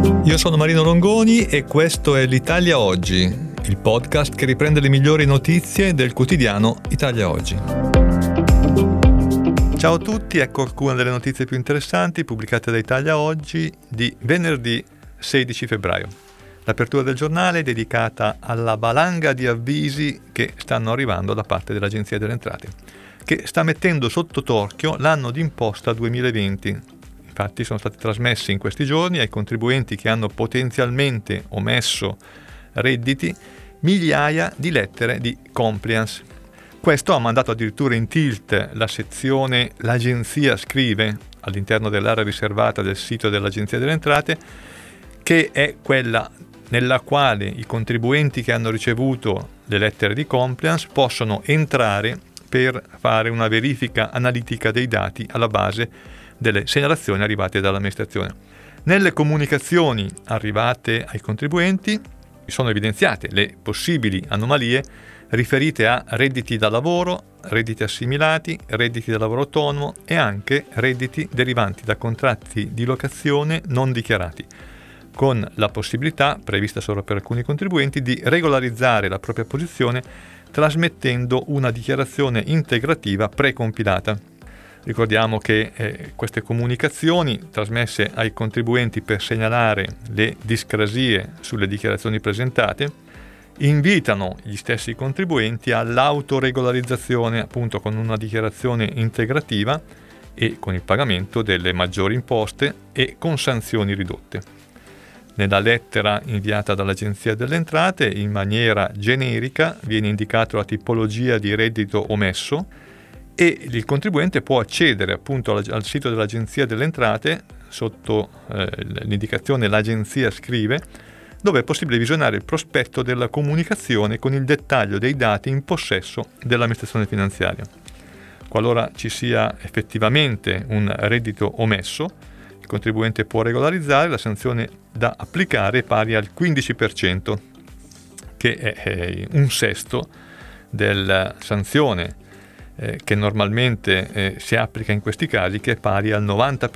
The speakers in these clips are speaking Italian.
Io sono Marino Longoni e questo è l'Italia Oggi, il podcast che riprende le migliori notizie del quotidiano Italia Oggi. Ciao a tutti, ecco alcune delle notizie più interessanti pubblicate da Italia Oggi di venerdì 16 febbraio. L'apertura del giornale è dedicata alla valanga di avvisi che stanno arrivando da parte dell'Agenzia delle Entrate, che sta mettendo sotto torchio l'anno d'imposta 2020. Infatti sono stati trasmessi in questi giorni ai contribuenti che hanno potenzialmente omesso redditi migliaia di lettere di compliance. Questo ha mandato addirittura in tilt la sezione L'Agenzia scrive all'interno dell'area riservata del sito dell'Agenzia delle Entrate, che è quella nella quale i contribuenti che hanno ricevuto le lettere di compliance possono entrare per fare una verifica analitica dei dati alla base delle segnalazioni arrivate dall'amministrazione. Nelle comunicazioni arrivate ai contribuenti sono evidenziate le possibili anomalie riferite a redditi da lavoro, redditi assimilati, redditi da lavoro autonomo e anche redditi derivanti da contratti di locazione non dichiarati, con la possibilità, prevista solo per alcuni contribuenti, di regolarizzare la propria posizione trasmettendo una dichiarazione integrativa precompilata. Ricordiamo che queste comunicazioni trasmesse ai contribuenti per segnalare le discrasie sulle dichiarazioni presentate invitano gli stessi contribuenti all'autoregolarizzazione, appunto con una dichiarazione integrativa e con il pagamento delle maggiori imposte e con sanzioni ridotte. Nella lettera inviata dall'Agenzia delle Entrate, in maniera generica, viene indicata la tipologia di reddito omesso e il contribuente può accedere appunto al sito dell'Agenzia delle Entrate sotto l'indicazione L'Agenzia scrive, dove è possibile visionare il prospetto della comunicazione con il dettaglio dei dati in possesso dell'amministrazione finanziaria. Qualora ci sia effettivamente un reddito omesso, il contribuente può regolarizzare. La sanzione da applicare è pari al 15%, che è un sesto della sanzione che normalmente si applica in questi casi, che è pari al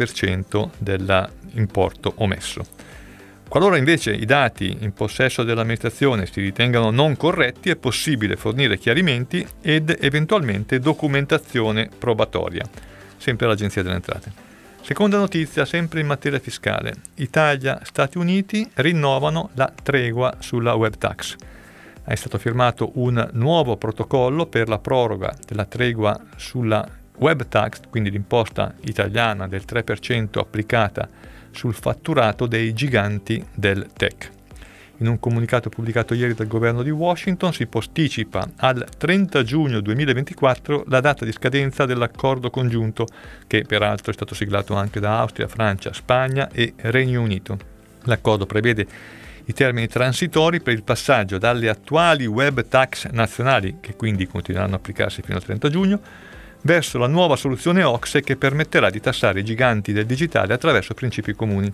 90% dell'importo omesso. Qualora invece i dati in possesso dell'amministrazione si ritengano non corretti, è possibile fornire chiarimenti ed eventualmente documentazione probatoria, sempre all'Agenzia delle Entrate. Seconda notizia, sempre in materia fiscale. Italia, Stati Uniti rinnovano la tregua sulla web tax. È stato firmato un nuovo protocollo per la proroga della tregua sulla web tax, quindi l'imposta italiana del 3% applicata sul fatturato dei giganti del tech. In un comunicato pubblicato ieri dal governo di Washington si posticipa al 30 giugno 2024 la data di scadenza dell'accordo congiunto, che peraltro è stato siglato anche da Austria, Francia, Spagna e Regno Unito. L'accordo prevede i termini transitori per il passaggio dalle attuali web tax nazionali, che quindi continueranno a applicarsi fino al 30 giugno, verso la nuova soluzione OCSE che permetterà di tassare i giganti del digitale attraverso principi comuni.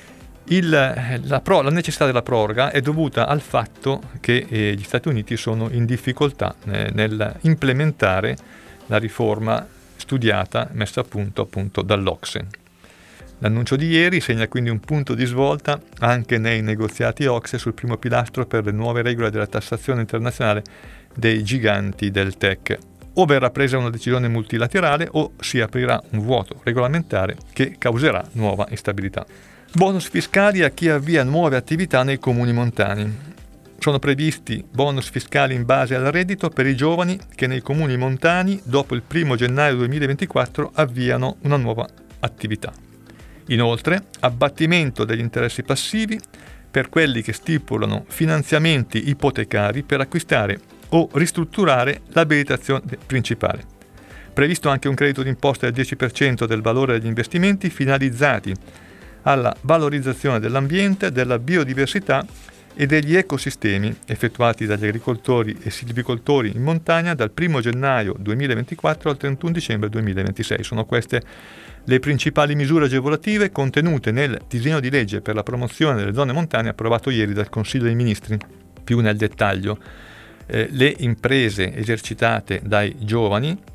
La necessità della proroga è dovuta al fatto che gli Stati Uniti sono in difficoltà nel implementare la riforma studiata, messa a punto appunto dall'OCSE. L'annuncio di ieri segna quindi un punto di svolta anche nei negoziati OCSE sul primo pilastro per le nuove regole della tassazione internazionale dei giganti del tech. O verrà presa una decisione multilaterale o si aprirà un vuoto regolamentare che causerà nuova instabilità. Bonus fiscali a chi avvia nuove attività nei comuni montani. Sono previsti bonus fiscali in base al reddito per i giovani che nei comuni montani dopo il 1 gennaio 2024 avviano una nuova attività. Inoltre, abbattimento degli interessi passivi per quelli che stipulano finanziamenti ipotecari per acquistare o ristrutturare l'abilitazione principale. Previsto anche un credito d'imposta del 10% del valore degli investimenti finalizzati alla valorizzazione dell'ambiente, della biodiversità e degli ecosistemi effettuati dagli agricoltori e silvicoltori in montagna dal 1 gennaio 2024 al 31 dicembre 2026. Sono queste le principali misure agevolative contenute nel disegno di legge per la promozione delle zone montane approvato ieri dal Consiglio dei Ministri. Più nel dettaglio, le imprese esercitate dai giovani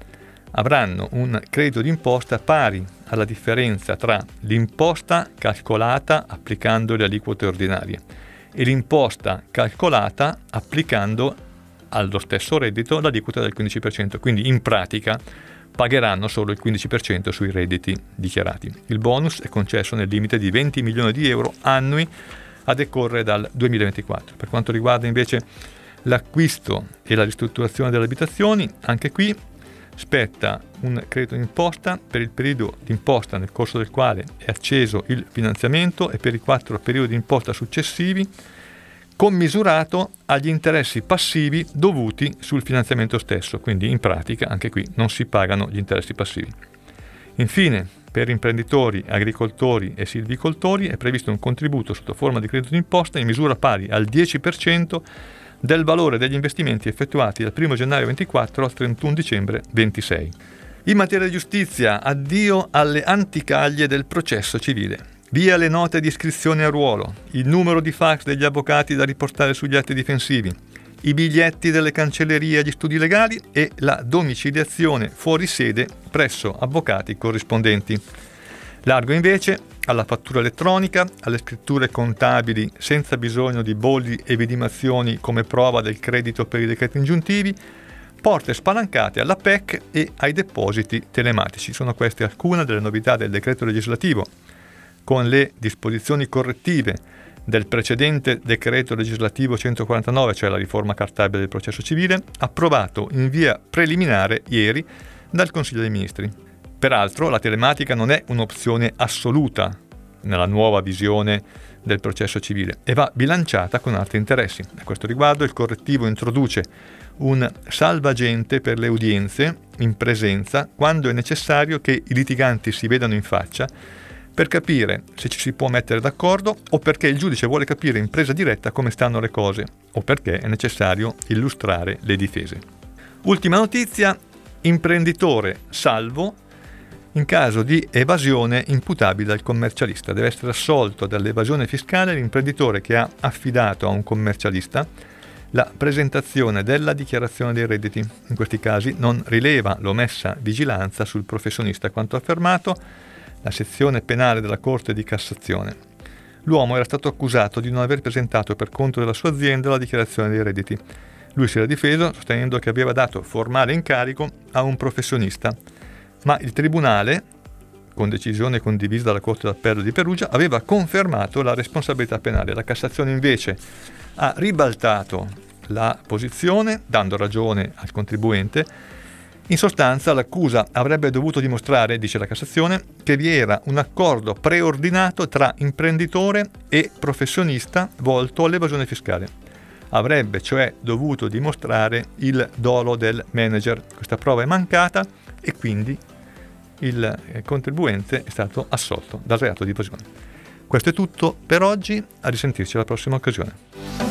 avranno un credito d'imposta pari alla differenza tra l'imposta calcolata applicando le aliquote ordinarie e l'imposta calcolata applicando allo stesso reddito l'aliquota del 15%, quindi in pratica pagheranno solo il 15% sui redditi dichiarati. Il bonus è concesso nel limite di 20 milioni di euro annui a decorrere dal 2024. Per quanto riguarda invece l'acquisto e la ristrutturazione delle abitazioni, anche qui spetta un credito d'imposta per il periodo d'imposta nel corso del quale è acceso il finanziamento e per i 4 periodi d'imposta successivi, commisurato agli interessi passivi dovuti sul finanziamento stesso, quindi in pratica anche qui non si pagano gli interessi passivi. Infine, per imprenditori, agricoltori e silvicoltori è previsto un contributo sotto forma di credito d'imposta in misura pari al 10% del valore degli investimenti effettuati dal 1 gennaio 24 al 31 dicembre 26. In materia di giustizia, addio alle anticaglie del processo civile. Via le note di iscrizione a ruolo, il numero di fax degli avvocati da riportare sugli atti difensivi, i biglietti delle cancellerie agli studi legali e la domiciliazione fuori sede presso avvocati corrispondenti. Largo invece alla fattura elettronica, alle scritture contabili senza bisogno di bolli e vidimazioni come prova del credito per i decreti ingiuntivi, porte spalancate alla PEC e ai depositi telematici. Sono queste alcune delle novità del decreto legislativo, con le disposizioni correttive del precedente decreto legislativo 149, cioè la riforma cartabile del processo civile, approvato in via preliminare ieri dal Consiglio dei Ministri. Peraltro la telematica non è un'opzione assoluta nella nuova visione del processo civile e va bilanciata con altri interessi. A questo riguardo il correttivo introduce un salvagente per le udienze in presenza quando è necessario che i litiganti si vedano in faccia per capire se ci si può mettere d'accordo o perché il giudice vuole capire in presa diretta come stanno le cose o perché è necessario illustrare le difese. Ultima notizia, imprenditore salvo in caso di evasione imputabile al commercialista. Deve essere assolto dall'evasione fiscale l'imprenditore che ha affidato a un commercialista la presentazione della dichiarazione dei redditi. In questi casi non rileva l'omessa vigilanza sul professionista, quanto affermato la sezione penale della Corte di Cassazione. L'uomo era stato accusato di non aver presentato per conto della sua azienda la dichiarazione dei redditi. Lui si era difeso sostenendo che aveva dato formale incarico a un professionista, ma il Tribunale, con decisione condivisa dalla Corte d'Appello di Perugia, aveva confermato la responsabilità penale. La Cassazione invece ha ribaltato la posizione, dando ragione al contribuente. In sostanza, l'accusa avrebbe dovuto dimostrare, dice la Cassazione, che vi era un accordo preordinato tra imprenditore e professionista volto all'evasione fiscale. Avrebbe cioè dovuto dimostrare il dolo del manager. Questa prova è mancata e quindi il contribuente è stato assolto dal reato di evasione. Questo è tutto per oggi, a risentirci alla prossima occasione.